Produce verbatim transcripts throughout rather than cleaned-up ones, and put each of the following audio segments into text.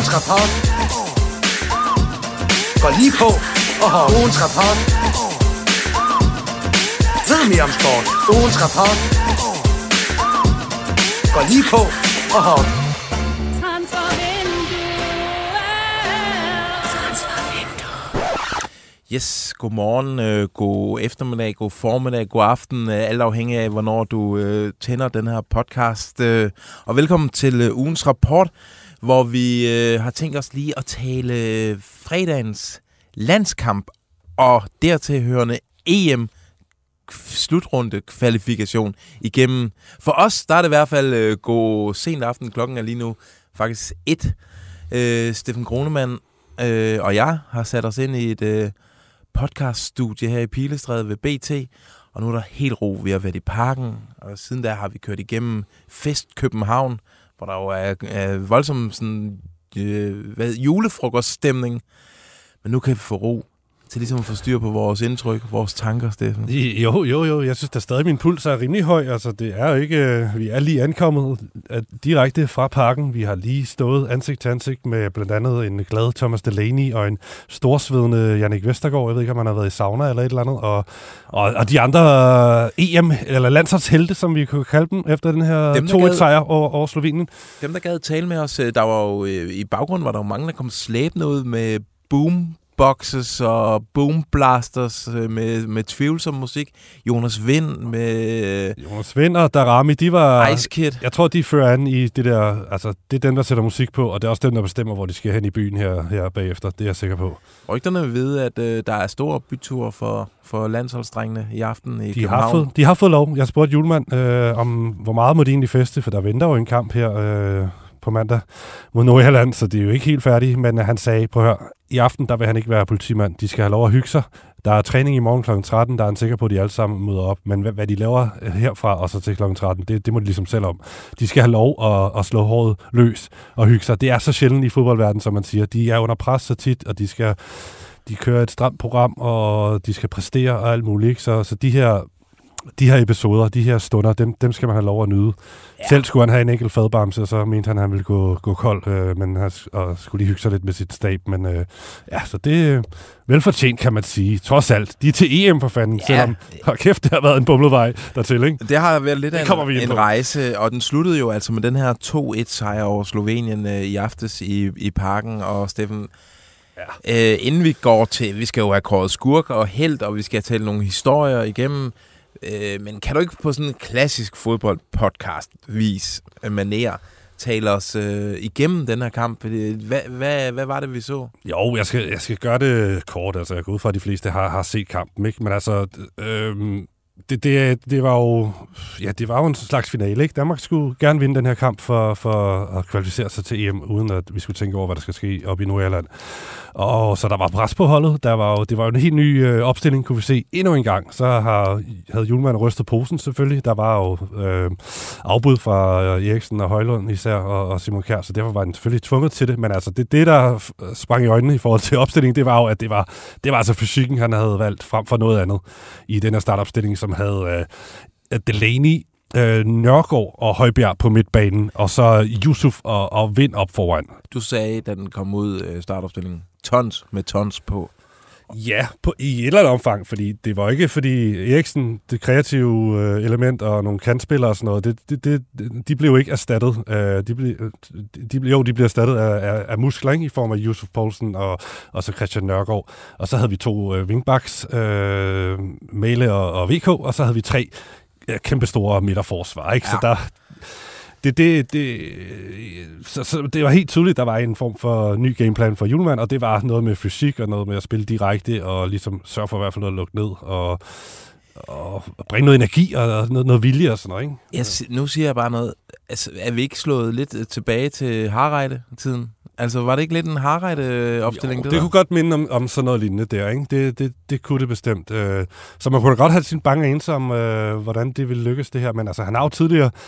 Ugens Rapport. Gå lige på og hold. Ugens Rapport. Ved mere om sport. Ugens Rapport. Gå lige på og hold. Yes, god morgen, øh, god eftermiddag, god formiddag, god aften, øh, alt afhængig af, hvornår du øh, tænder den her podcast. Øh, og velkommen til øh, ugens rapport, hvor vi øh, har tænkt os lige at tale øh, fredagens landskamp og dertil hørende E M slutrunde kvalifikation igennem. For os, der er det i hvert fald øh, god sent aften. Klokken er lige nu faktisk et. Øh, Steffen Gronemann øh, og jeg har sat os ind i et øh, podcaststudie her i Pilestræde ved B T, og nu er der helt ro. Vi har været i parken, og siden da har vi kørt igennem Fest København, hvor der jo er, er voldsom sådan, øh, hvad, julefrokoststemning. Men nu kan vi få ro til ligesom at få styr på vores indtryk, vores tanker, Steffen. Jo, jo, jo. Jeg synes, der stadig min puls er rimelig høj. Altså, det er jo ikke... Vi er lige ankommet direkte fra parken. Vi har lige stået ansigt til ansigt med blandt andet en glad Thomas Delaney og en storsvedende Jannik Vestergaard. Jeg ved ikke, om han har været i sauna eller et eller andet. Og, og, og de andre E M- eller landsholdshelte, som vi kunne kalde dem, efter den her to et-sejr over, over Slovenien. Dem, der gad tale med os, der var jo i baggrunden, var der jo mange, der kom slæbende ud med boom boxes og boomblasters med, med tvivlsom musik. Jonas Vind med... Jonas Vind og Darami, de var... Ice Kid. Jeg tror, de fører an i det der... Altså, det er dem, der sætter musik på, og det er også dem, der bestemmer, hvor de skal hen i byen her, her bagefter. Det er jeg sikker på. Rygterne vil vide, at øh, der er store byture for, for landsholdsdrengene i aften i de København. Har fået, de har fået lov. Jeg spurgte Julemand øh, om, hvor meget må de egentlig feste, for der venter jo en kamp her... Øh, på mandag mod Nordjylland, så det er jo ikke helt færdigt, men han sagde, prøv at høre, i aften, der vil han ikke være politimand. De skal have lov at hygge sig. Der er træning i morgen klokken tretten, der er han sikker på, at de alle sammen møder op, men hvad, hvad de laver herfra og så til klokken tretten, det, det må de ligesom selv om. De skal have lov at, at slå håret løs og hygge sig. Det er så sjældent i fodboldverdenen, som man siger. De er under pres så tit, og de skal de kører et stramt program, og de skal præstere og alt muligt, ikke? Så, så de her De her episoder, de her stunder, dem, dem skal man have lov at nyde. Ja. Selv skulle han have en enkelt fadbamse, og så mente han, at han ville gå, gå kold, øh, men han og skulle lige hygge sig lidt med sit stab. Men øh, ja, så det er velfortjent, kan man sige. Trods alt. De er til E M for fanden, ja. Selvom, hold kæft, det har været en bumlevej dertil, ikke? Det har været lidt af en, en rejse, og den sluttede jo altså med den her to et-sejr over Slovenien øh, i aftes i, i parken, og Steffen... Ja. Øh, inden vi går til, vi skal jo have kåret skurk og helt, og vi skal tale nogle historier igennem. Øh, men kan du ikke på sådan en klassisk fodboldpodcast-vis manér tale os øh, igennem den her kamp? Hvad, hvad, hvad var det, vi så? Jo, jeg skal, jeg skal gøre det kort. Altså, jeg går ud fra, at de fleste har, har set kampen, ikke? Men altså... Øh, Det, det, det var jo ja, det var jo en slags finale, ikke? Danmark skulle gerne vinde den her kamp for, for at kvalificere sig til E M, uden at vi skulle tænke over, hvad der skal ske op i Nordjylland. Og så der var pres på holdet. Der var jo, det var jo en helt ny øh, opstilling, kunne vi se endnu en gang. Så har, havde Julemand rystet posen selvfølgelig. Der var jo øh, afbud fra øh, Eriksen og Højlund især, og, og Simon Kjær, så derfor var den selvfølgelig tvunget til det. Men altså, det, det der sprang i øjnene i forhold til opstillingen, det var jo, at det var, det var altså fysikken, han havde valgt frem for noget andet i den her startopstilling, som havde øh, Delaney, øh, Nørgaard og Højbjerg på midtbanen, og så Yusuf og, og Vind op foran. Du sagde, da den kom ud øh, startopstillingen, tons med tons på. Ja, på, i et eller andet omfang, fordi det var ikke, fordi Eriksen, det kreative øh, element og nogle kantspillere og sådan noget, det, det, det, de blev ikke erstattet. Øh, de blev, de, jo, de blev erstattet af, af, af muskler, ikke? I form af Yusuf Poulsen og, og så Christian Nørgaard. Og så havde vi to øh, wingbacks, øh, Mæle og, og V K, og så havde vi tre øh, kæmpe store midterforsvar, ikke? Ja. Så der... Det, det, det, så, så det var helt tydeligt, der var en form for ny gameplan for Julemand, og det var noget med fysik og noget med at spille direkte og ligesom sørge for i hvert fald noget at lukke ned og, og bringe noget energi og noget, noget vilje og sådan noget, ikke? Ja, nu siger jeg bare noget. Altså, er vi ikke slået lidt tilbage til Harreide-tiden? Altså, var det ikke lidt en Harreide-opstilling? Jo, det, det kunne godt minde om, om sådan noget lignende der, ikke? Det, det, det kunne det bestemt. Så man kunne da godt have sin bange anelse om, hvordan det ville lykkes det her, men altså, han har jo tidligere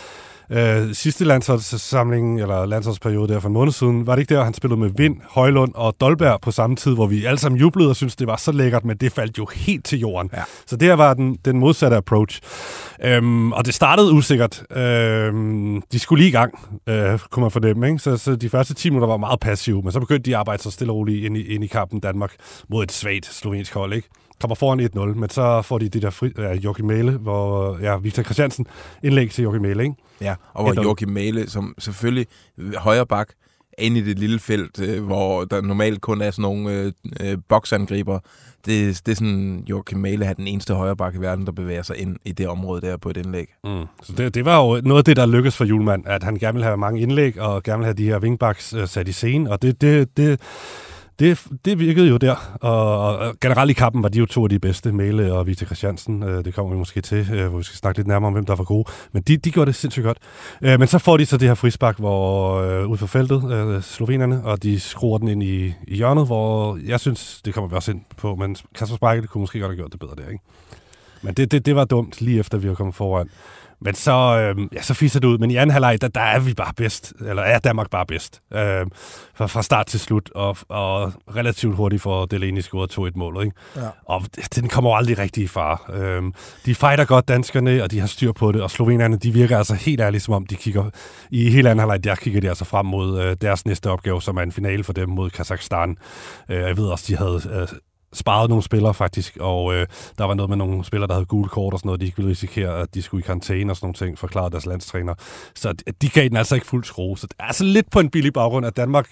Øh, sidste landsholdssamling, eller landsholdsperiode der for en måned siden, var det ikke der, han spillede med Vind, Højlund og Dolberg på samme tid, hvor vi alle sammen jublede og syntes, det var så lækkert, men det faldt jo helt til jorden. Ja. Så det her var den, den modsatte approach. Øhm, og det startede usikkert. Øhm, de skulle lige i gang, øh, kunne man fornemme, ikke? Så, så de første ti minutter var meget passive, men så begyndte de at arbejde så stille og roligt ind i, ind i kampen Danmark mod et svagt slovensk hold, ikke? Kommer foran et nul, men så får de det der fri, ja, Joachim Mæhle, hvor ja, Victor Christiansen indlæg til Joachim Mæhle, ikke? Ja, og hvor Joachim Mæhle, som selvfølgelig højre bak, inde i det lille felt, øh, hvor der normalt kun er sådan nogle øh, øh, boksangriber. Det, det er sådan, Joachim Mæhle er den eneste højre bak i verden, der bevæger sig ind i det område der på et indlæg. Mm. Så det, det var jo noget af det, der lykkedes for Hjulmand, at han gerne vil have mange indlæg, og gerne vil have de her wingbacks øh, sat i scene, og det... det, det Det, det virkede jo der, og, og generelt i kampen var de jo to af de bedste, Mæhle og Victor Christiansen. Øh, det kommer vi måske til, øh, hvor vi skal snakke lidt nærmere om, hvem der var gode. Men de, de gjorde det sindssygt godt. Øh, men så får de så det her frispark, hvor øh, ud for feltet, øh, slovenerne, og de skruer den ind i, i hjørnet, hvor jeg synes, det kommer vi også ind på, men Kasper Schmeichel kunne måske godt have gjort det bedre der, ikke? Men det, det, det var dumt, lige efter vi var kommet foran. Men så, øh, ja, så fiser det ud. Men i anden halvleg, der, der er vi bare bedst. Eller er Danmark bare bedst. Øh, fra, fra start til slut. Og, og relativt hurtigt for Delaney scoret to et mål. Ikke? Ja. Og den kommer jo aldrig rigtig i far. Øh, de fighter godt danskerne, og de har styr på det. Og slovenerne, de virker altså helt ærligt, som om de kigger... I hele anden halvleg, der kigger de altså frem mod øh, deres næste opgave, som er en finale for dem mod Kazakhstan. Øh, jeg ved også, de havde... Øh, sparet nogle spillere faktisk, og øh, der var noget med nogle spillere, der havde gule kort og sådan noget, de ikke ville risikere, at de skulle i karantæne og sådan nogle ting, forklarede deres landstræner. Så de gav den altså ikke fuld skrue. Så det er altså lidt på en billig baggrund, at Danmark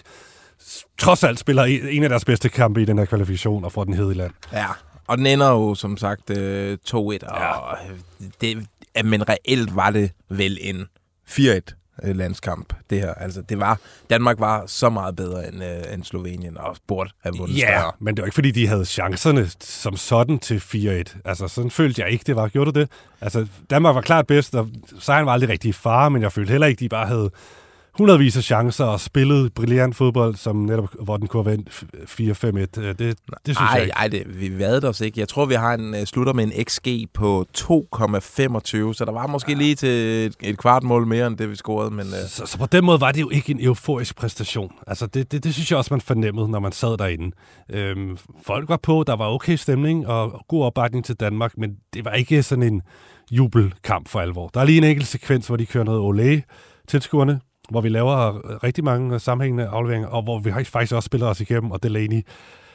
trods alt spiller en af deres bedste kampe i den her kvalifikation og får den hed i land. Ja, og den ender jo som sagt øh, to et, og ja. det, men reelt var det vel en fire et landskamp, det her. Altså, det var, Danmark var så meget bedre end, øh, end Slovenien, og burde have vundet ja, større. Men det var ikke, fordi de havde chancerne som sådan til fire et. Altså, sådan følte jeg ikke, det var. Gjorde du det? Altså, Danmark var klart bedst, og sejren var aldrig rigtig i fare, men jeg følte heller ikke, de bare havde hundredvis af chancer og spillet brilliant fodbold, som netop, hvor den kunne have vendt fire fem et. Det, det synes ej, jeg ikke. Ej, det, vi vadede os ikke. Jeg tror, vi har en uh, slutter med en X G på to komma femogtyve, så der var måske ja. lige til et, et kvart mål mere, end det vi scorede. Men, uh... så, så på den måde var det jo ikke en euforisk præstation. Altså, det, det, det synes jeg også, man fornemmede, når man sad derinde. Øhm, folk var på, der var okay stemning og god opbakning til Danmark, men det var ikke sådan en jubelkamp for alvor. Der er lige en enkelt sekvens, hvor de kører noget olé tilskuerne, hvor vi laver rigtig mange sammenhængende afleveringer, og hvor vi faktisk også spiller os igennem, og Delaney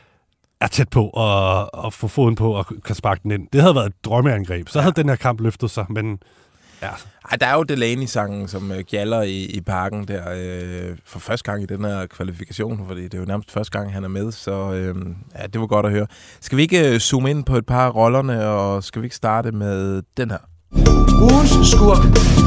er tæt på at, at få foden på og kan sparke den ind. Det havde været et drømmeangreb. Så ja. havde den her kamp løftet sig, men ja. Ej, der er jo Delaney-sangen, som øh, gjalder i, i parken der øh, for første gang i den her kvalifikation, fordi det er jo nærmest første gang, han er med, så øh, ja, det var godt at høre. Skal vi ikke øh, zoome ind på et par af rollerne, og skal vi ikke starte med den her? Ugens skurk.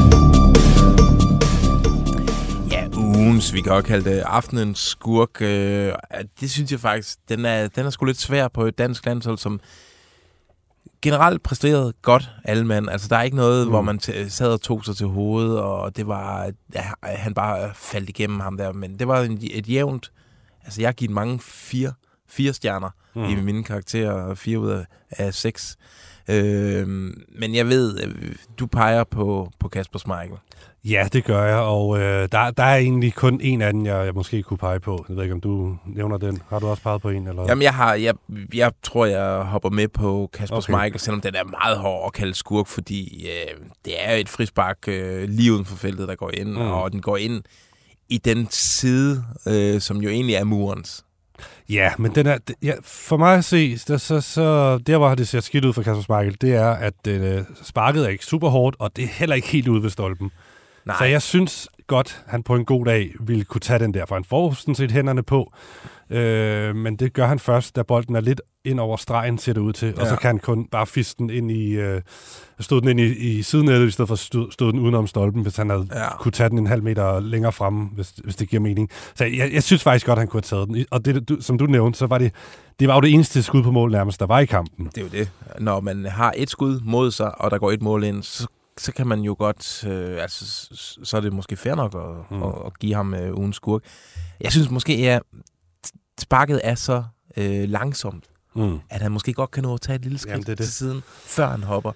Ugens, vi kan også kalde det aftenens skurk. Øh, det synes jeg faktisk, den er, den er sgu lidt svær på et dansk landshold, som generelt præsterede godt, alle mand. Altså, der er ikke noget, mm. hvor man t- sad og tog sig til hovedet, og det var, ja, han bare faldt igennem ham der. Men det var en, et jævnt, altså jeg har givet mange fire, fire stjerner mm. i mine karakterer, fire ud af, af seks. Øh, men jeg ved, du peger på, på Kasper Schmeichel. Ja, det gør jeg, og øh, der, der er egentlig kun en anden, jeg, jeg måske kunne pege på. Jeg ved ikke, om du nævner den. Har du også peget på en? Eller? Jamen, jeg, har, jeg, jeg tror, jeg hopper med på Kasper okay. Schmeichel, selvom den er meget hård at kalde skurk, fordi øh, det er et frispark øh, lige uden for feltet, der går ind, mm. og den går ind i den side, øh, som jo egentlig er murens. Ja, men den er, ja, for mig at se, der, så, så, der hvor det ser skidt ud for Kasper Schmeichel, det er, at øh, sparket er ikke super hårdt, og det er heller ikke helt ude ved stolpen. Nej. Så jeg synes godt, han på en god dag ville kunne tage den der, for han får sådan set hænderne på. Øh, men det gør han først, da bolden er lidt ind over stregen, ser det ud til. Ja. Og så kan han kun bare fiske den ind i... Øh, stod den ind i, i sidenettet, i stedet for at stod, stod den udenom stolpen, hvis han havde ja. kunne tage den en halv meter længere fremme, hvis, hvis det giver mening. Så jeg, jeg synes faktisk godt, han kunne have taget den. Og det, du, som du nævnte, så var det... Det var jo det eneste skud på mål nærmest, der var i kampen. Det er jo det. Når man har et skud mod sig, og der går et mål ind, så så kan man jo godt, øh, altså, så er det måske fair nok at, mm. at, at give ham øh, ugens skurk. Jeg synes måske, at ja, sparket er så øh, langsomt, mm. at han måske godt kan nå at tage et lille skridt Jamen, det det. til siden, før han hopper.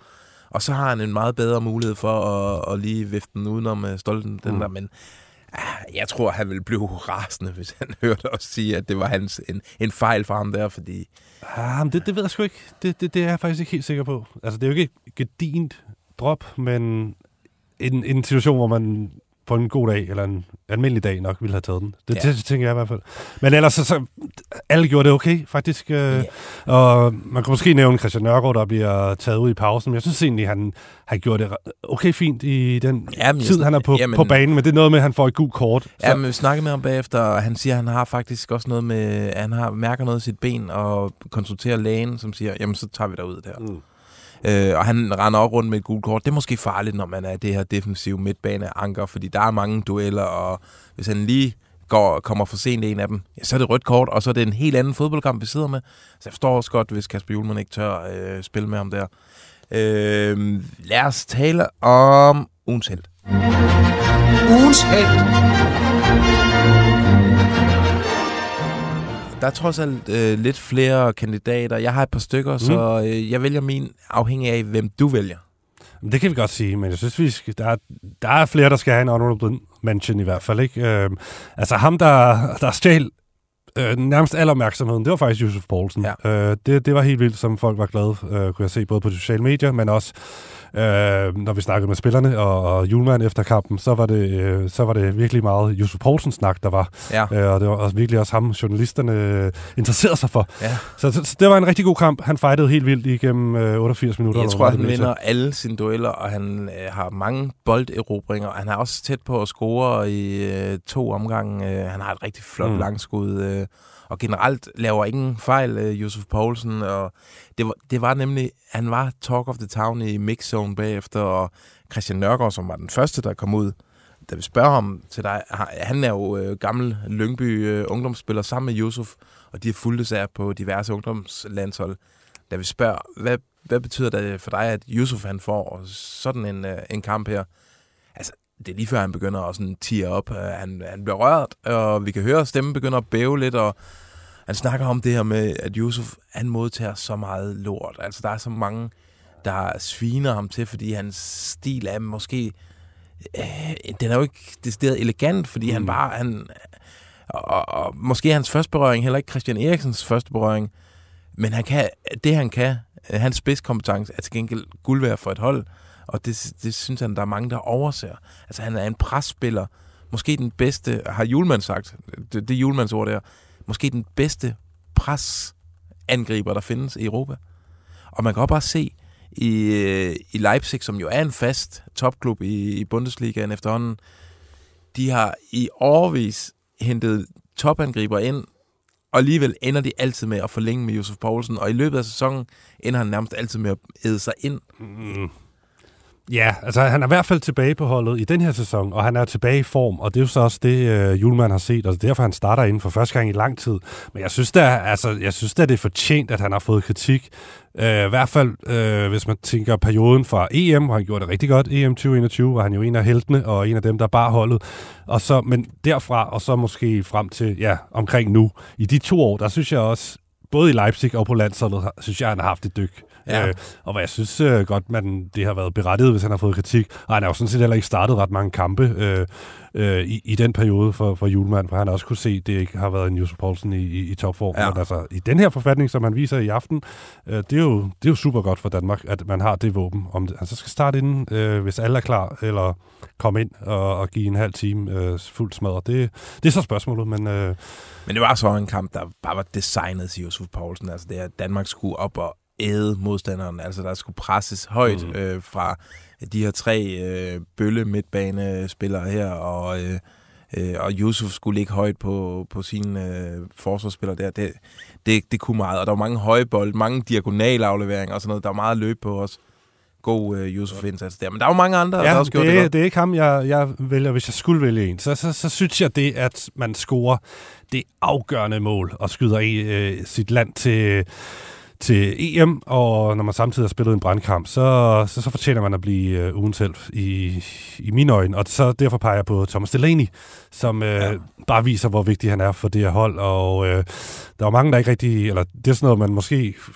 Og så har han en meget bedre mulighed for at, at lige vifte den udenom Stolten, den mm. der, men jeg tror, han ville blive rasende, hvis han hørte os sige, at det var hans, en, en fejl for ham der, fordi... Ah, det, det ved jeg sgu ikke. Det, det, det er jeg faktisk ikke helt sikker på. Altså, det er jo ikke et gedint drop, men en, en situation, hvor man på en god dag, eller en almindelig dag nok, ville have taget den. Det, ja. det, det tænker jeg i hvert fald. Men ellers, så, så alle gjorde det okay, faktisk. Ja. Og man kan måske nævne Christian Nørgaard, der bliver taget ud i pausen, men jeg synes egentlig, han har gjort det okay fint i den jamen, tid, han er på, jamen, på banen, men det er noget med, at han får et gult kort. Ja, men vi snakker med ham bagefter, og han siger, at han har faktisk også noget med, han har mærker noget i sit ben, og konsulterer lægen, som siger, jamen så tager vi derud der. Mm. Øh, og han render også rundt med et gult kort. Det er måske farligt, når man er det her defensive midtbane-anker, fordi der er mange dueller, og hvis han lige går, kommer for sent en af dem, ja, så er det rødt kort, og så er det en helt anden fodboldkamp, vi sidder med. Så jeg forstår også godt, hvis Kasper Hjulmand ikke tør øh, spille med ham der. Øh, lad os tale om ugens helt. Ugens helt. Der er trods alt øh, lidt flere kandidater. Jeg har et par stykker, mm. så øh, jeg vælger min afhængig af, hvem du vælger. Det kan vi godt sige, men jeg synes, vi skal, der, er, der er flere, der skal have en honorable mention i hvert fald. Ikke? Øh, altså ham, der, der stjal øh, nærmest al opmærksomheden, det var faktisk Josef Poulsen. Ja. Øh, det, det var helt vildt, som folk var glade, øh, kunne jeg se, både på sociale medier, men også Øh, når vi snakkede med spillerne og, og Hjulmand efter kampen, så var det, øh, så var det virkelig meget Josef Poulsen-snak, der var. Ja. Øh, og det var også virkelig også ham, journalisterne øh, interesserede sig for. Ja. Så, så, så det var en rigtig god kamp. Han fightede helt vildt igennem øh, otteogfirs minutter. Jeg tror, han vinder alle sine dueller, og han øh, har mange bolderobringer. Han er også tæt på at score i øh, to omgange. Øh, han har et rigtig flot mm. langskud, øh, og generelt laver ingen fejl, øh, Josef Poulsen. Og det var, det var nemlig, han var talk of the town i mixzone bagefter, og Christian Nørgaard, som var den første, der kom ud, da vi spørger ham til dig, han er jo øh, gammel Lyngby øh, ungdomsspiller sammen med Josef, og de har fulgtes af på diverse ungdomslandshold. Da vi spørger, hvad, hvad betyder det for dig, at Josef han får sådan en, øh, en kamp her? Altså, det er lige før, han begynder at sådan tear op. Han, han bliver rørt, og vi kan høre, at stemmen begynder at bæve lidt, og han snakker om det her med, at Josef, han modtager så meget lort. Altså, der er så mange, der sviner ham til, fordi hans stil er måske... Øh, den er jo ikke decideret elegant, fordi mm. han bare... Han, og, og måske hans første berøring, heller ikke Christian Eriksens første berøring, men han kan, det han kan, hans spidskompetence, er til gengæld guld værd for et hold, og det, det synes han, der er mange, der overser. Altså, han er en presspiller. Måske den bedste, har Hjulmand sagt, det, det er Hjulmands ord der, måske den bedste presangriber, der findes i Europa. Og man kan også bare se, i, i Leipzig, som jo er en fast topklub i, i Bundesligaen efterhånden, de har i årevis hentet topangriber ind, og alligevel ender de altid med at forlænge med Josef Poulsen, og i løbet af sæsonen ender han nærmest altid med at æde sig ind. Mm. Ja, altså han er i hvert fald tilbage på holdet i den her sæson, og han er tilbage i form, og det er jo så også det, uh, Hjulmand har set, og det er derfor, han starter inden for første gang i lang tid. Men jeg synes da, altså, jeg synes da, det er fortjent, at han har fået kritik. Uh, I hvert fald, uh, hvis man tænker perioden fra E M, hvor han gjorde det rigtig godt, E M tyve enogtyve, var han jo en af heltene, og en af dem, der bar holdet. Og så, men derfra, og så måske frem til, ja, omkring nu, i de to år, der synes jeg også, både i Leipzig og på landsholdet, synes jeg, han har haft et dyk. Ja. Øh, og hvad jeg synes øh, godt, man, det har været berettiget, hvis han har fået kritik. Og han har jo sådan set heller ikke startet ret mange kampe øh, øh, i, i den periode for, for Hjulmand, for han har også kunne se, at det ikke har været en Josef Poulsen i, i, i topform. Ja. Men altså, i den her forfatning, som han viser i aften, øh, det, er jo, det er jo super godt for Danmark, at man har det våben. Om det, han så skal starte inden, øh, hvis alle er klar, eller komme ind og, og give en halv time øh, fuldt smadret. Det, det er så spørgsmålet, men... Øh, men det var så en kamp, der bare var designet til Josef Poulsen. Altså det, at Danmark skulle op og æde modstanderen, altså der skulle presses højt mm. øh, fra de her tre øh, bølle midtbanespillere her, og, øh, øh, og Josef skulle ligge højt på, på sine øh, forsvarsspillere der. Det, det, det kunne meget, og der var mange høje bold, mange diagonalafleveringer og sådan noget. Der var meget løb på os. God øh, Josef indsats der. Men der er jo mange andre, ja, der også gjorde det, det godt. Det er ikke ham, jeg, jeg vælger. Hvis jeg skulle vælge en, så, så, så synes jeg det, at man scorer det afgørende mål og skyder i, øh, sit land til... til E M, og når man samtidig har spillet en brandkamp, så, så, så fortjener man at blive uh, ugens helt i, i mine øjne. Og så derfor peger jeg på Thomas Delaney, som uh, ja. bare viser, hvor vigtig han er for det her hold. Og uh, der er mange, der ikke rigtig... Eller det er sådan noget, man måske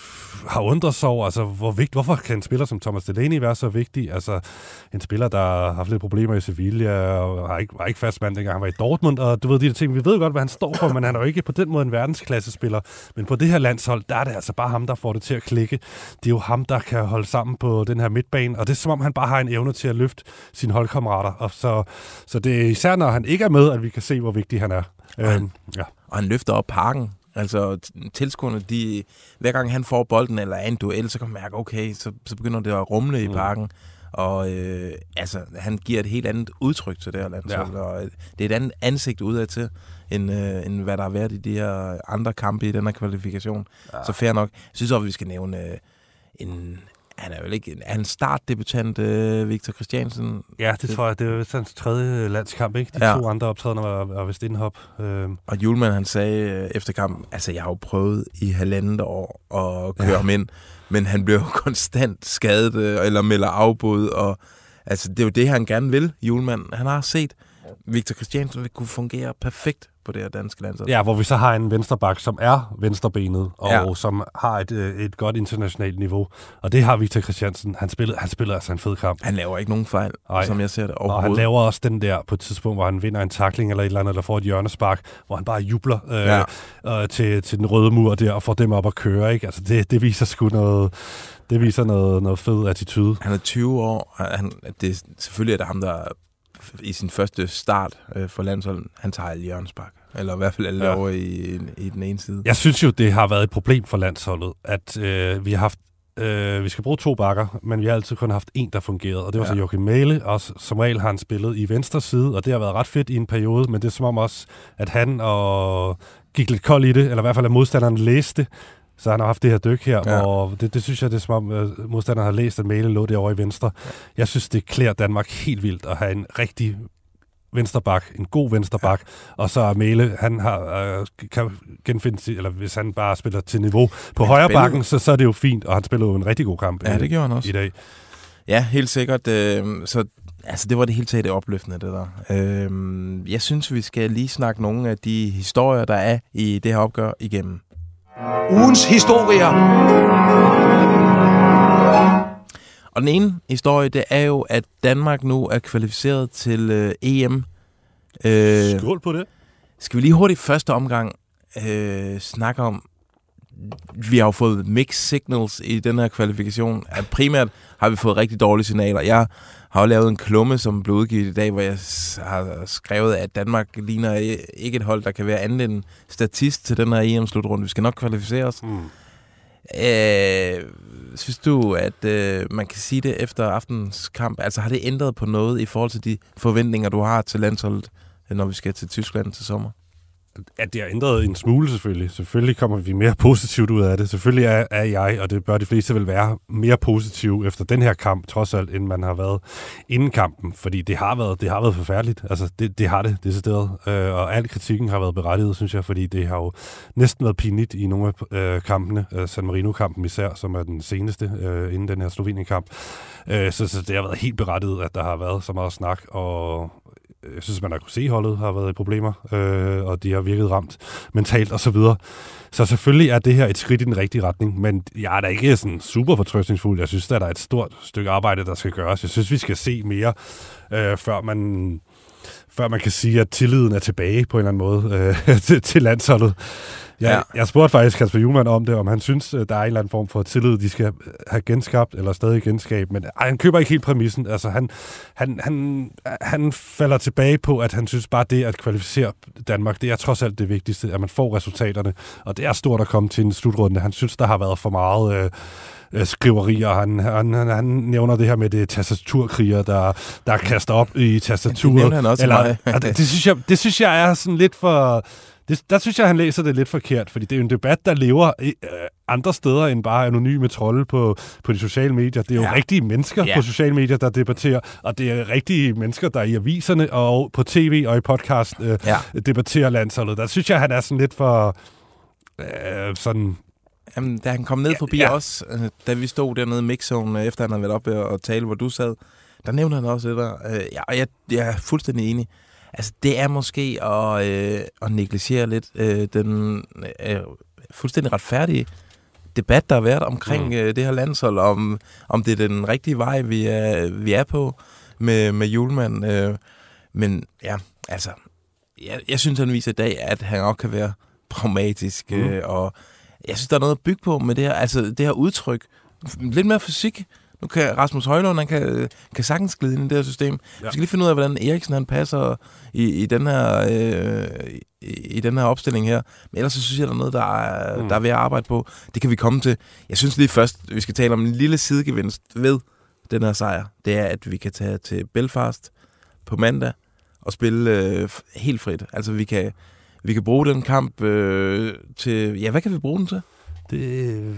har undret sig over, altså, hvor vigtig, hvorfor kan en spiller som Thomas Delaney være så vigtig? Altså, en spiller, der har haft lidt problemer i Sevilla, og har ikke, var ikke fast mand, dengang han var i Dortmund, og du ved, de der ting, vi ved godt, hvad han står for, men han er jo ikke på den måde en verdensklassespiller. Men på det her landshold, der er det altså bare ham, der får det til at klikke. Det er jo ham, der kan holde sammen på den her midtbane, og det er som om, han bare har en evne til at løfte sine holdkammerater. Og så, så det er især, når han ikke er med, at vi kan se, hvor vigtig han er. Og han, øhm, ja. og han løfter op parken. Altså, tilskuerne, de, hver gang han får bolden eller er en duel, så kan man mærke, okay, så, så begynder det at rumle i parken. Mm. Og øh, altså, han giver et helt andet udtryk til det her landshold. Ja. Og det er et andet ansigt udad til, end, øh, end hvad der har været i de her andre kampe i den her kvalifikation. Ja. Så fair nok. Jeg synes også, at vi skal nævne øh, en... Han er jo ikke er han startdebutant, øh, Victor Christiansen. Ja, det, det tror jeg. Det er hans tredje landskamp, ikke? De ja. to andre optrædener var, var vist indhop. Øh. Og Hjulmand, han sagde øh, efter kampen, altså jeg har jo prøvet i halvandet år at køre ja. ham ind, men han bliver jo konstant skadet øh, eller melder afbud. Og, altså det er jo det, han gerne vil, Hjulmand. Han har set, Victor Christiansen vil kunne fungere perfekt på det her danske landshold. Ja, hvor vi så har en venstreback, som er venstrebenet, og ja. som har et, et godt internationalt niveau. Og det har Victor Christiansen. Han spillede, han spillede altså en fed kamp. Han laver ikke nogen fejl, Ej. som jeg ser det overhovedet. Og han laver også den der på et tidspunkt, hvor han vinder en tackling eller et eller andet, eller får et hjørnespark, hvor han bare jubler øh, ja. øh, til, til den røde mur der, og får dem op at køre. Ikke? Altså det, det viser sgu noget... Det viser noget, noget fed attitude. Han er tyve år. Han, det, selvfølgelig er det ham, der i sin første start øh, for landsholdet, han tager alle hjørnespark. Eller i hvert fald alle ja. over i, i den ene side. Jeg synes jo, det har været et problem for landsholdet, at øh, vi har haft øh, vi skal bruge to bakker, men vi har altid kun haft en, der fungerede, og det var ja. så Joachim Mæhle, og som regel har han spillet i venstre side, og det har været ret fedt i en periode, men det er som om også, at han og gik lidt kold i det, eller i hvert fald at modstanderen læste det, så han har haft det her dyk her, ja. og det, det synes jeg, det er som om uh, modstanderen har læst, at Mæhle lå derovre i venstre. Ja. Jeg synes, det klæder Danmark helt vildt at have en rigtig vensterbak, en god vensterbak, ja. og så er Mæhle, han har, øh, kan genfinde, eller hvis han bare spiller til niveau på højre bakken, så, så er det jo fint, og han spiller jo en rigtig god kamp ja, i, det gjorde han også. i dag. Ja, helt sikkert. Øh, så altså, det var det hele taget det opløftende, det der. Øh, jeg synes, vi skal lige snakke nogle af de historier, der er i det her opgør igennem. Ugens historier. Og den ene historie, det er jo, at Danmark nu er kvalificeret til øh, E M. Øh, Skål på det. Skal vi lige hurtigt første omgang øh, snakke om, vi har jo fået mixed signals i den her kvalifikation. At primært har vi fået rigtig dårlige signaler. Jeg har jo lavet en klumme, som blev udgivet i dag, hvor jeg har skrevet, at Danmark ligner ikke et hold, der kan være andet end statist til den her E M-slutrunde. Vi skal nok kvalificere os. Mm. Øh, synes du, at øh, man kan sige det efter aftens kamp? Altså har det ændret på noget i forhold til de forventninger, du har til landsholdet, når vi skal til Tyskland til sommer? At det har ændret en smule selvfølgelig. Selvfølgelig kommer vi mere positivt ud af det. Selvfølgelig er, er jeg, og det bør de fleste vel være, mere positiv efter den her kamp, trods alt, end man har været inden kampen. Fordi det har været, det har været forfærdeligt. Altså, det, det har det, decideret. Øh, og al kritikken har været berettiget, synes jeg, fordi det har jo næsten været pinligt i nogle af øh, kampene. Øh, San Marino-kampen især, som er den seneste øh, inden den her Slovenien-kamp. Øh, så, så det har været helt berettiget, at der har været så meget snak, og jeg synes, man har kunne se, holdet har været i problemer, øh, og de har virket ramt mentalt og så videre. Så selvfølgelig er det her et skridt i den rigtige retning, men jeg er da ikke sådan super fortrøstningsfuld. Jeg synes, at der er et stort stykke arbejde, der skal gøres. Jeg synes, vi skal se mere, øh, før man før man kan sige, at tilliden er tilbage på en eller anden måde øh, til, til landsholdet. Jeg, ja. jeg spurgte faktisk Kasper Hjulmand om det, om han synes, der er en eller anden form for tillid, de skal have genskabt, eller stadig genskab, men ej, han køber ikke helt præmissen. Altså, han, han, han, han falder tilbage på, at han synes bare det at kvalificere Danmark, det er trods alt det vigtigste, at man får resultaterne, og det er stort at komme til en slutrunde. Han synes, der har været for meget øh, skriverier. Han, han, han, han nævner det her med det tastaturkriger, der, der kaster op i tastaturet. Det nævner han også eller, det, det, synes jeg, det synes jeg er sådan lidt for... Det, der synes jeg, han læser det lidt forkert, fordi det er jo en debat, der lever øh, andre steder end bare anonyme trolde på, på de sociale medier. Det er jo ja. rigtige mennesker ja. på sociale medier, der debatterer, og det er rigtige mennesker, der i aviserne og på tv og i podcast øh, ja. debatterer landsholdet. Der synes jeg, han er sådan lidt for øh, sådan... Jamen, da han kom ned forbi ja. os, da vi stod dernede i mixzone, efter han havde været oppe og tale, hvor du sad, der nævnte han også det der. Øh, ja, og jeg, jeg er fuldstændig enig. Altså, det er måske at, øh, at negligere lidt øh, den øh, fuldstændig retfærdige debat, der har været omkring Mm. øh, det her landshold, om, om det er den rigtige vej, vi er, vi er på med, med Hjulmand. Øh, men ja, altså, jeg, jeg synes, han viser i dag, at han også kan være pragmatisk, Mm. øh, og jeg synes, der er noget at bygge på med det her, altså det her udtryk. Lidt mere fysik. Nu kan Rasmus Højlund, han kan, kan sagtens glide ind i det her system. Ja. Vi skal lige finde ud af, hvordan Eriksen han passer i, i, den her, øh, i, i den her opstilling her. Men ellers så synes jeg, der er noget, der er, mm. der er ved at arbejde på. Det kan vi komme til. Jeg synes lige først, vi skal tale om en lille sidegevinst ved den her sejr. Det er, at vi kan tage til Belfast på mandag og spille øh, helt frit. Altså, vi kan, vi kan bruge den kamp øh, til... Ja, hvad kan vi bruge den til? Det,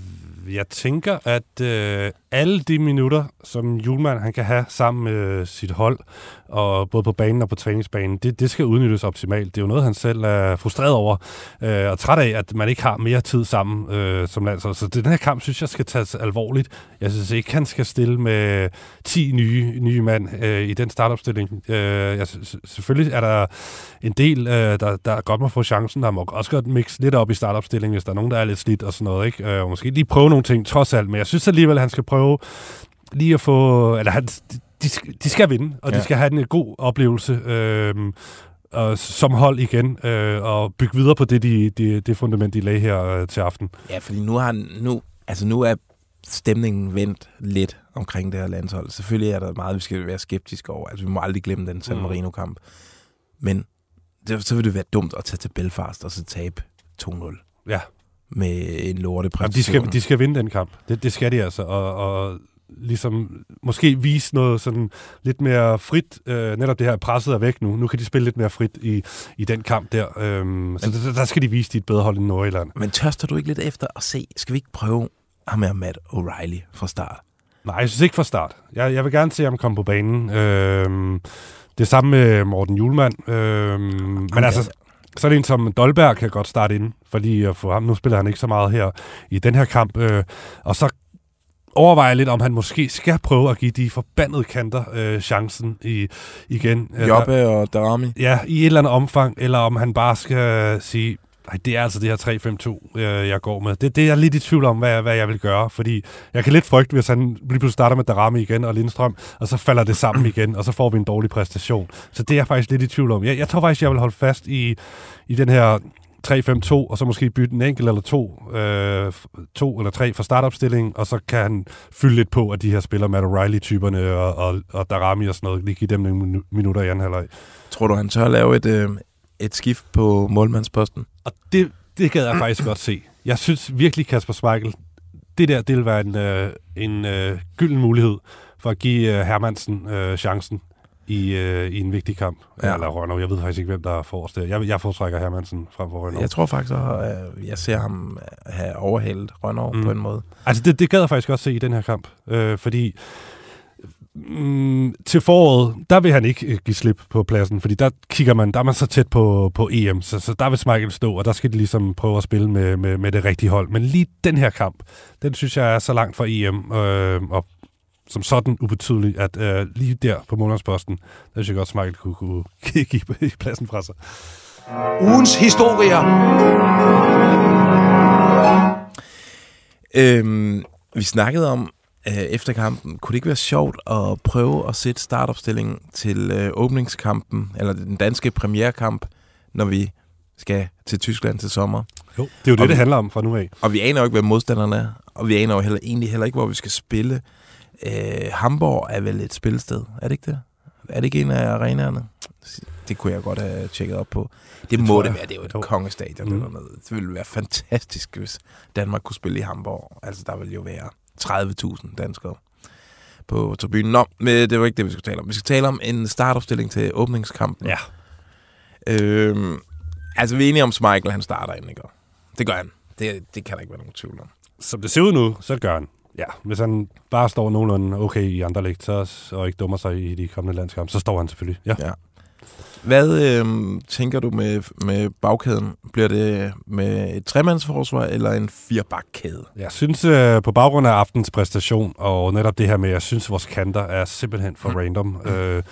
jeg tænker, at øh, alle de minutter, som Hjulmand han kan have sammen med sit hold, og både på banen og på træningsbanen, det, det skal udnyttes optimalt. Det er jo noget, han selv er frustreret over, øh, og træt af, at man ikke har mere tid sammen øh, som landshold. Så den her kamp, synes jeg, skal tages alvorligt. Jeg synes ikke, han skal stille med ti nye, nye mand øh, i den startopstilling. Øh, jeg, selvfølgelig er der en del, øh, der, der godt må få chancen. Der må også godt mixe lidt op i startopstillingen, hvis der er nogen, der er lidt slidt og sådan noget. Ikke? Øh, og måske lige prøve nogle ting, trods alt. Men jeg synes alligevel, at han skal prøve lige at få... Eller han, de, de skal vinde, og ja. de skal have en god oplevelse øh, og, som hold igen, øh, og bygge videre på det, de, de, det fundament, de lagde her øh, til aften. Ja, fordi nu har han... Nu, altså nu er stemningen vendt lidt omkring det her landshold. Selvfølgelig er der meget, vi skal være skeptiske over. Altså, vi må aldrig glemme den San Marino-kamp. Men det, så vil det være dumt at tage til Belfast og så tabe to nul. Ja. Med en lortepræstation. De skal, de skal vinde den kamp. Det, det skal de altså. Og, og ligesom måske vise noget sådan lidt mere frit. Øh, netop det her presset er væk nu. Nu kan de spille lidt mere frit i, i den kamp der. Øhm, så der, der skal de vise, de et bedre hold end Nordjylland. Men tørster du ikke lidt efter at se, skal vi ikke prøve ham med Matt O'Reilly fra start? Nej, jeg synes ikke fra start. Jeg, jeg vil gerne se ham komme på banen. Øhm, det samme med Morten Hjulmand. Øhm, men okay. altså, sådan en som Dolberg kan godt starte ind, fordi at få ham, nu spiller han ikke så meget her i den her kamp. Øh, og så overvejer lidt, om han måske skal prøve at give de forbandede kanter øh, chancen i, igen. Jobbe og Darami. Ja, i et eller andet omfang, eller om han bare skal sige... Nej, det er altså det her tre fem to, øh, jeg går med. Det, det er jeg lidt i tvivl om, hvad, hvad jeg vil gøre, fordi jeg kan lidt frygte, hvis han lige pludselig starter med Darami igen og Lindstrøm, og så falder det sammen igen, og så får vi en dårlig præstation. Så det er jeg faktisk lidt i tvivl om. Jeg, jeg tror faktisk, jeg vil holde fast i, i den her tre fem to, og så måske bytte en enkelt eller to, øh, to eller tre fra startopstillingen, og så kan han fylde lidt på, at de her spiller Matt O'Reilly-typerne og, og, og Darami og sådan noget, lige give dem nogle minutter i anden halvleg. Tror du, han tør at lave et... Øh et skift på målmandsposten? Og det, det gad jeg faktisk godt se. Jeg synes virkelig, Kasper Schmeichel, det der, det vil være en, øh, en øh, gylden mulighed for at give øh, Hermansen øh, chancen i, øh, i en vigtig kamp. Ja. Eller Rønnow. Jeg ved faktisk ikke, hvem der er forrest der. Jeg, jeg foretrækker Hermansen frem for Rønnow. Jeg tror faktisk, at øh, jeg ser ham have overhældet Rønnow mm. på en måde. Altså, det, det gad jeg faktisk godt se i den her kamp. Øh, fordi Mm, til foråret, der vil han ikke give slip på pladsen, fordi der kigger man, der er man så tæt på, på E M, så, så der vil Schmeichel stå, og der skal de ligesom prøve at spille med, med, med det rigtige hold. Men lige den her kamp, den synes jeg er så langt fra E M, øh, og som sådan ubetydelig, at øh, lige der på månedsposten, der synes jeg godt, Schmeichel kunne, kunne give pladsen fra sig. Ugens historier. Øhm, vi snakkede om efter kampen, kunne det ikke være sjovt at prøve at sætte startopstillingen til øh, åbningskampen, eller den danske premierkamp, når vi skal til Tyskland til sommer? Jo, det er jo det, og det vi, handler om fra nu af. Og vi aner jo ikke, hvad modstanderne er, og vi aner jo heller, egentlig heller ikke, hvor vi skal spille. Øh, Hamburg er vel et spillested, er det ikke det? Er det ikke en af arenaerne? Det kunne jeg godt have tjekket op på. Det, det må det være, det er jo et jo. kongestadion mm. eller noget. Det ville være fantastisk, hvis Danmark kunne spille i Hamburg. Altså, der ville jo være tredive tusind danskere på tribunen. Nå, men det var ikke det, vi skulle tale om. Vi skal tale om en startopstilling til åbningskampen. Ja. Øhm, altså, vi er enige om, Schmeichel, han starter ind, ikke? Det gør han. Det, det kan der ikke være nogen tvivl om. Som det ser ud nu, så gør han. Ja, hvis han bare står nogenlunde okay i Anderlecht, så, og ikke dummer sig i de kommende landskampe, så står han selvfølgelig. Ja. ja. Hvad øh, tænker du med, med bagkæden? Bliver det med et tremandsforsvar eller en firebakkæde? Jeg synes øh, på baggrund af aftens præstation, og netop det her med, at jeg synes, vores kanter er simpelthen for mm. random. Øh,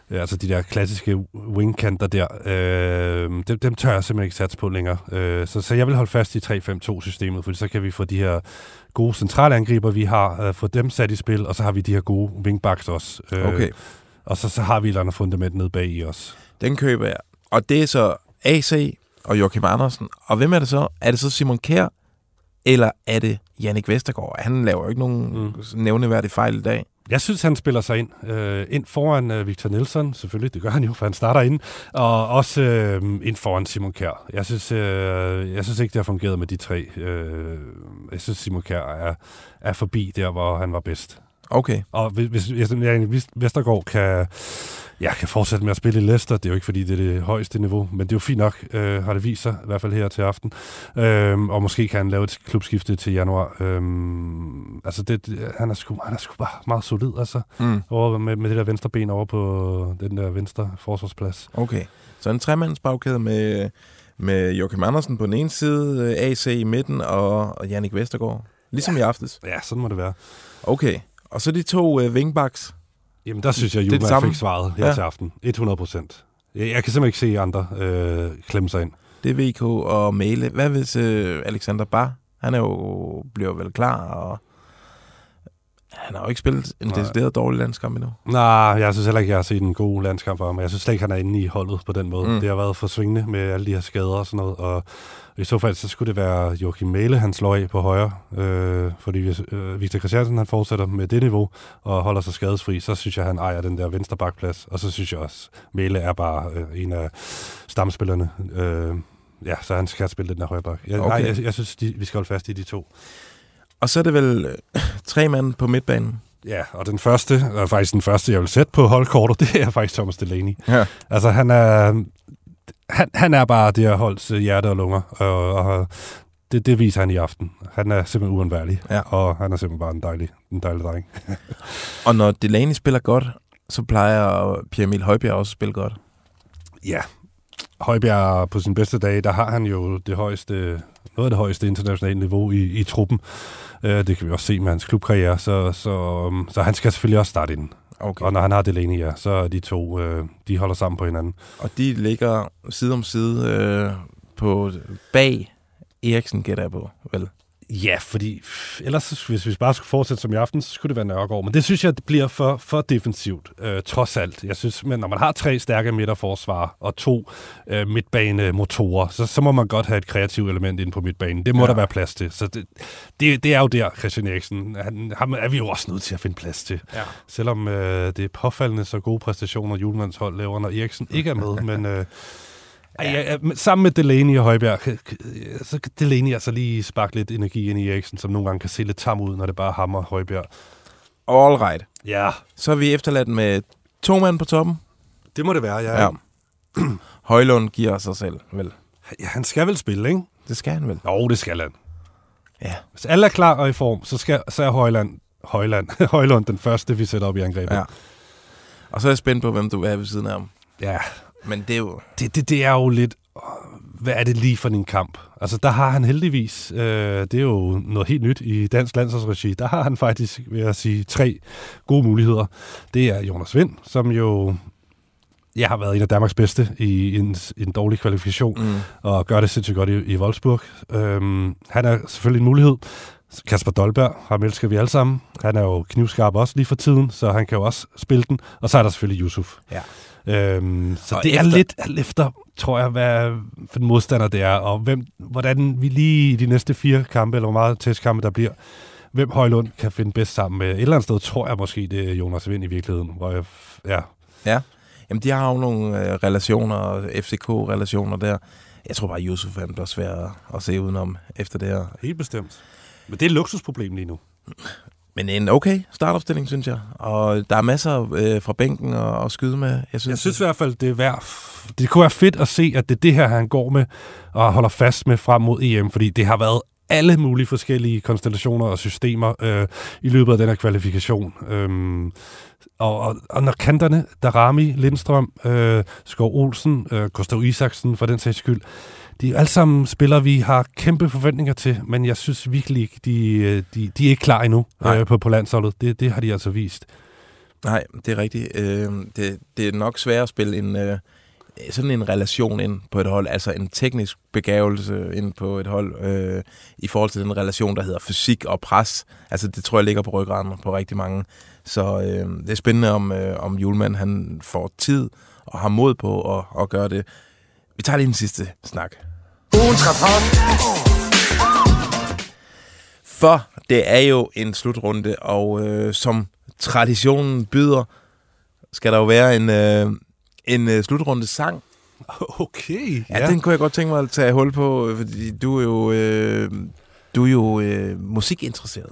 Ja, altså de der klassiske wingkanter der, øh, dem, dem tør jeg simpelthen ikke satse på længere. Øh, så, så jeg vil holde fast i tre fem to-systemet, for så kan vi få de her gode centrale angriber, vi har, øh, få dem sat i spil, og så har vi de her gode wingbacks også. Øh, Okay. Og så, så har vi et eller andet fundament nede bag i os. Den køber jeg. Og det er så A C og Joachim Andersen. Og hvem er det så? Er det så Simon Kjær, eller er det Jannik Vestergaard? Han laver jo ikke nogen mm. nævneværdige fejl i dag. Jeg synes, han spiller sig ind. Øh, ind foran øh, Victor Nilsson, selvfølgelig, det gør han jo, for han starter ind. Og også øh, ind foran Simon Kjær. Jeg synes, øh, jeg synes ikke, det har fungeret med de tre. Øh, jeg synes, Simon Kjær er, er forbi der, hvor han var bedst. Okay. Og hvis, hvis, hvis Vestergaard kan, ja, kan fortsætte med at spille i Leicester, det er jo ikke, fordi det er det højeste niveau, men det er jo fint nok, øh, har det vist sig, i hvert fald her til aften. Øhm, og måske kan han lave et klubskifte til januar. Øhm, altså, det, det, han, er sgu, han er sgu bare meget solid, altså, mm. over med, med det der venstre ben over på den der venstre forsvarsplads. Okay. Så en tremands bagkæde med, med Joachim Andersen på den ene side, A C i midten og, og Jannik Vestergaard. Ligesom ja. i aftes. Ja, sådan må det være. Okay. Og så de to uh, wingbacks. Jamen, der synes jeg, at Julemand fik svaret her ja. til aften. hundrede procent. Jeg, jeg kan simpelthen ikke se andre øh, klemme sig ind. Det er V K og Mæle. Hvad hvis øh, Alexander Bar? Han er jo, bliver vel klar, og han har jo ikke spillet en decideret dårlig landskamp endnu. Nej, jeg synes heller ikke, jeg har set en god landskamp for ham. Jeg synes slet ikke, han er inde i holdet på den måde. Mm. Det har været for svingende med alle de her skader og sådan noget, og i så fald, så skulle det være Joachim Mæle, han slår af på højre, øh, fordi hvis øh, Victor Christiansen, han fortsætter med det niveau og holder sig skadesfri, så synes jeg, han ejer den der venstre bakplads, og så synes jeg også, Mæle er bare øh, en af stamspillerne. Øh, ja, så han skal spille den der højre bak. Jeg, okay. Nej, jeg, jeg synes, de, vi skal holde fast i de to. Og så er det vel øh, tre mand på midtbanen? Ja, og den første, og faktisk den første, jeg vil sætte på holdkortet, det er faktisk Thomas Delaney. Ja. Altså, han er... Han, han er bare det her holds hjerte og lunger, og, og det, det viser han i aften. Han er simpelthen uundværlig, ja. Og han er simpelthen bare en dejlig, en dejlig dreng. Og når Delaney spiller godt, så plejer Pierre Emil Højbjerg også at spille godt. Ja, Højbjerg på sin bedste dag, der har han jo det højeste, noget af det højeste internationale niveau i, i truppen. Uh, det kan vi også se med hans klubkarriere, så, så, um, så han skal selvfølgelig også starte ind. Okay. Og når han har Delaney, ja, så er de to, øh, de holder sammen på hinanden. Og de ligger side om side øh, på bag Eriksen, gætter jeg på, vel? Ja, fordi ellers, hvis vi bare skulle fortsætte som i aften, så skulle det være Nørgaard. Men det synes jeg, det bliver for, for defensivt, øh, trods alt. Jeg synes, men når man har tre stærke midterforsvar og to øh, midtbanemotorer, så, så må man godt have et kreativt element inde på midtbanen. Det må ja. der være plads til. Så det, det, det er jo der, Christian Eriksen. Han, ham er vi jo også nødt til at finde plads til. Ja. Selvom øh, det er påfaldende så gode præstationer, Julemands hold laver, når Eriksen ikke er med, men... Øh, Ja, ja, sammen med Delaney og Højbjerg, så kan Delaney altså lige sparke lidt energi ind i Eriksen, som nogle gange kan se lidt tam ud, når det bare hammer Højbjerg. All right. Ja. Så er vi efterladt med to mand på toppen. Det må det være, ja. ja. Højlund giver sig selv, vel? Ja, han skal vel spille, ikke? Det skal han vel? Jo, det skal han. Ja. Hvis alle er klar og i form, så, skal, så er Højland, Højland, Højlund den første, vi sætter op i angrebet. Ja. Og så er jeg spændt på, hvem du er ved siden af ham. Ja. Men det er jo... Det, det, det er jo lidt... Hvad er det lige for en kamp? Altså, der har han heldigvis... Øh, det er jo noget helt nyt i dansk landsholdsregi. Der har han faktisk, vil jeg sige, tre gode muligheder. Det er Jonas Vind, som jo... Jeg har været en af Danmarks bedste i en, en dårlig kvalifikation, mm. og gør det sindssygt godt i, i Wolfsburg. Øhm, han er selvfølgelig en mulighed. Kasper Dolberg, ham elsker vi alle sammen. Han er jo knivskarp også lige for tiden, så han kan jo også spille den. Og så er der selvfølgelig Yusuf. Ja. Øhm, så og det efter... er lidt efter, tror jeg, hvad for en modstander det er, og hvem, hvordan vi lige i de næste fire kampe, eller hvor meget testkampe der bliver, hvem Højlund kan finde bedst sammen med. Et eller andet sted tror jeg måske, det er Jonas Vind i virkeligheden. Hvor jeg, ja. ja, jamen de har jo nogle øh, relationer, F C K-relationer der. Jeg tror bare, Yusuf er der svær at se udenom efter det her. Helt bestemt. Men det er et luksusproblem lige nu. Men en okay startopstilling, synes jeg. Og der er masser øh, fra bænken at, at skyde med. Jeg synes, jeg synes i hvert fald, det er værd. Det kunne være fedt at se, at det er det her, han går med og holder fast med frem mod E M, fordi det har været alle mulige forskellige konstellationer og systemer øh, i løbet af den her kvalifikation. Øhm, og, og, og når kanterne, Darami, Lindstrøm, øh, Skov Olsen, øh, Gustav Isaksen for den sags skyld, de er alle sammen spillere, vi har kæmpe forventninger til, men jeg synes virkelig ikke, de, de, de er ikke klar endnu øh, på, på landsholdet. Det, det har de altså vist. Nej, det er rigtigt. Øh, det, det er nok svært at spille en, øh, sådan en relation ind på et hold, altså en teknisk begævelse ind på et hold, øh, i forhold til den relation, der hedder fysik og pres. Altså det tror jeg ligger på ryggraden på rigtig mange. Så øh, det er spændende, om, øh, om Hjulmand han får tid og har mod på at, at gøre det. Vi tager lige den sidste snak. Ugens Rapport. For det er jo en slutrunde, og øh, som traditionen byder, skal der jo være en, øh, en øh, slutrunde sang. Okay, ja. ja. Den kunne jeg godt tænke mig at tage hul på, fordi du er jo, øh, du er jo øh, musikinteresseret.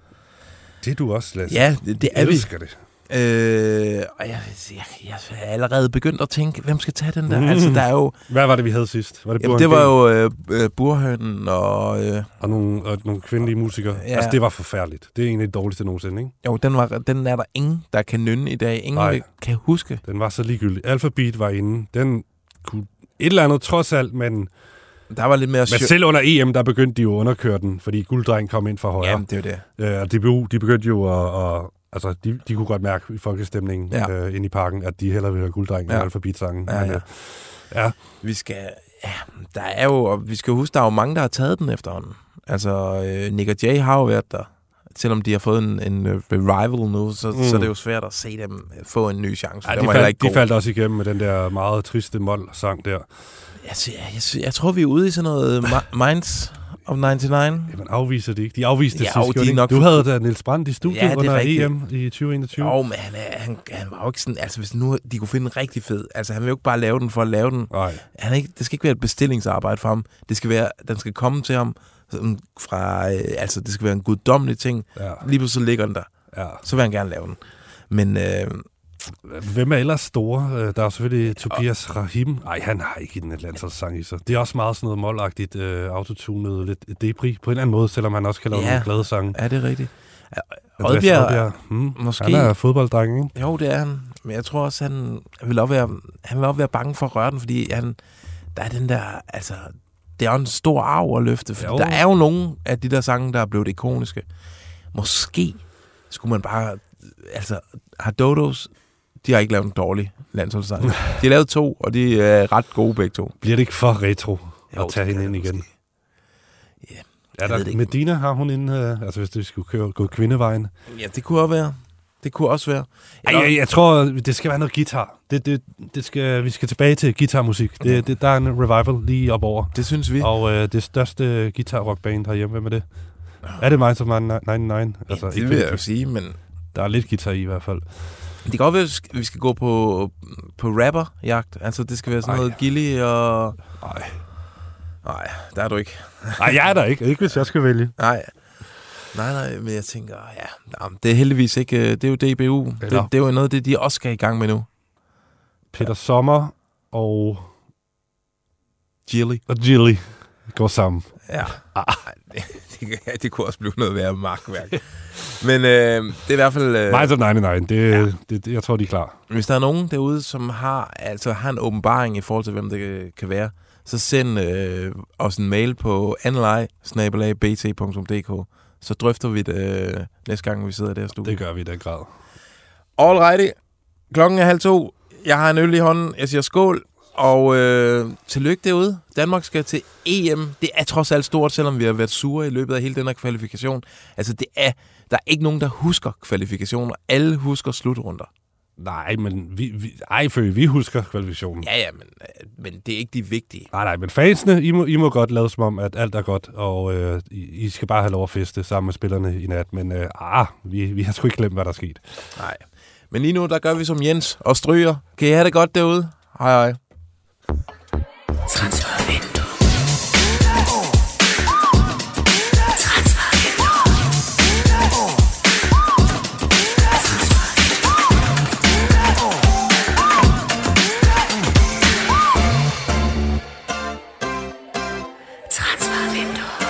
Det er du også, Lasse. Ja, det, det er jeg vi. elsker det. Øh, og jeg, jeg, jeg er allerede begyndt at tænke, hvem skal tage den der? Mm. Altså, der er jo... Hvad var det, vi havde sidst? Var det, jamen, det var jo øh, Burhønen og... Øh, og, nogle, og nogle kvindelige musikere. Ja. Altså, det var forfærdeligt. Det er en af de dårligste nogensinde, ikke? Jo, den, var, den er der ingen, der kan nynne i dag. Ingen Nej. kan huske. Den var så ligegyldig. Alphabet var inde. Den kunne et eller andet trods alt, men... Der var lidt mere... Men selv under E M, der begyndte de jo at underkøre den, fordi Gulddreng kom ind fra højre. Jamen, det er jo det. Øh, og D B U, de begyndte jo at... at altså, de, de kunne godt mærke i folkestemningen ja. øh, inde i parken, at de hellere ville have Gulddreng ja. end Alphabet-sangen. Ja, men, ja. Øh, ja. Vi skal... Ja, der er jo... Og vi skal huske, der er jo mange, der har taget den efterhånden. Altså, øh, Nick og Jay har jo været der. Selvom de har fået en, en revival nu, så, mm. så er det jo svært at se dem få en ny chance. Ja, de, faldt, de faldt også igennem med den der meget triste mol-sang der. Altså, jeg, jeg, jeg tror, vi er ude i sådan noget Minds of nioghalvfems. Jamen, afviser de ikke. De afviste det ja, sidst. De nok du havde da Niels Brandt i studiet ja, under rigtigt. E M i tyve enogtyve. Jo, men han, er, han, han var jo ikke sådan... Altså, hvis nu de kunne finde en rigtig fed... Altså, han vil jo ikke bare lave den for at lave den. Nej. Han er ikke, det skal ikke være et bestillingsarbejde for ham. Det skal være... Den skal komme til ham fra... Øh, altså, det skal være en guddommelig ting. Ja. Lige pludselig ligger den der. Ja. Så vil han gerne lave den. Men... Øh, Hvem er ellers store? Der er selvfølgelig Tobias Rahim. Nej, han har ikke en landsholdssang i sig. Det er også meget sådan noget målagtigt, øh, autotunet, lidt debris på en eller anden måde, selvom han også kan lave ja. nogle glade sange. Ja, det er rigtigt. Oddbjerg, hmm, måske. Han er fodbolddreng, ikke? Jo, det er han. Men jeg tror også, han vil også være, han vil også være bange for at røre den, fordi han, der er den der, altså, det er jo en stor arv at løfte. For der er jo nogle af de der sange, der er blevet ikoniske. Måske skulle man bare, altså, har Dodos, de har ikke lavet en dårlig landsholdssang. De har lavet to, og de er ret gode begge to. Bliver det ikke for retro jo, at tage hende ind igen? Ja, er der, Medina har hun inde, uh, altså hvis det skulle køre, gå kvindevejen. Ja, det kunne også være. Det kunne også være. Ej, jeg, jeg tror, det skal være noget guitar. Det, det, det skal, vi skal tilbage til guitarmusik. Det, det, der er en revival lige op over. Det synes vi. Og uh, det største guitar-rockband herhjemme, hvem er det? Er det Minds of nioghalvfems? Altså, ja, det vil jeg jo sige, men... Der er lidt guitar i i hvert fald. Det kan godt være, at vi skal gå på, på rapperjagt. Altså, det skal være sådan Ej. noget Gilly og... Nej. Nej, der er du ikke. Nej, jeg er der ikke. Ikke hvis jeg skal vælge. Nej. Nej, nej, men jeg tænker, ja, det er heldigvis ikke... Det er jo D B U. Det, det er jo noget af det, de også skal i gang med nu. Peter Sommer og... Gilly. Og Gilly går sammen. Ja. Ah. Det, det, det kunne også blive noget værre markværk. Men øh, det er i hvert fald... Øh, Minds of nioghalvfems, det, ja. det, det, jeg tror, de er klar. Hvis der er nogen derude, som har, altså, har en åbenbaring i forhold til, hvem det kan være, så send øh, os en mail på analy snabel-a b t punktum d k. Så drøfter vi det øh, næste gang, vi sidder i det her studie. Det gør vi i den grad. Alrighty. Klokken er halv to. Jeg har en øl i hånden. Jeg siger skål. Og øh, tillykke derude. Danmark skal til E M. Det er trods alt stort, selvom vi har været sure i løbet af hele den her kvalifikation. Altså, det er, der er ikke nogen, der husker kvalifikationer. Alle husker slutrunder. Nej, men vi, vi, ej, for vi husker kvalifikationen. Ja, ja, men, men det er ikke de vigtige. Nej, nej, men fansene, I må, I må godt lade som om, at alt er godt, og øh, I, I skal bare have lov at feste sammen med spillerne i nat. Men øh, ah, vi, vi har sgu ikke glemt, hvad der er sket. Nej, men lige nu, der gør vi som Jens og stryger. Kan I have det godt derude? Hej, hej. Transfervindue. Transfervindue.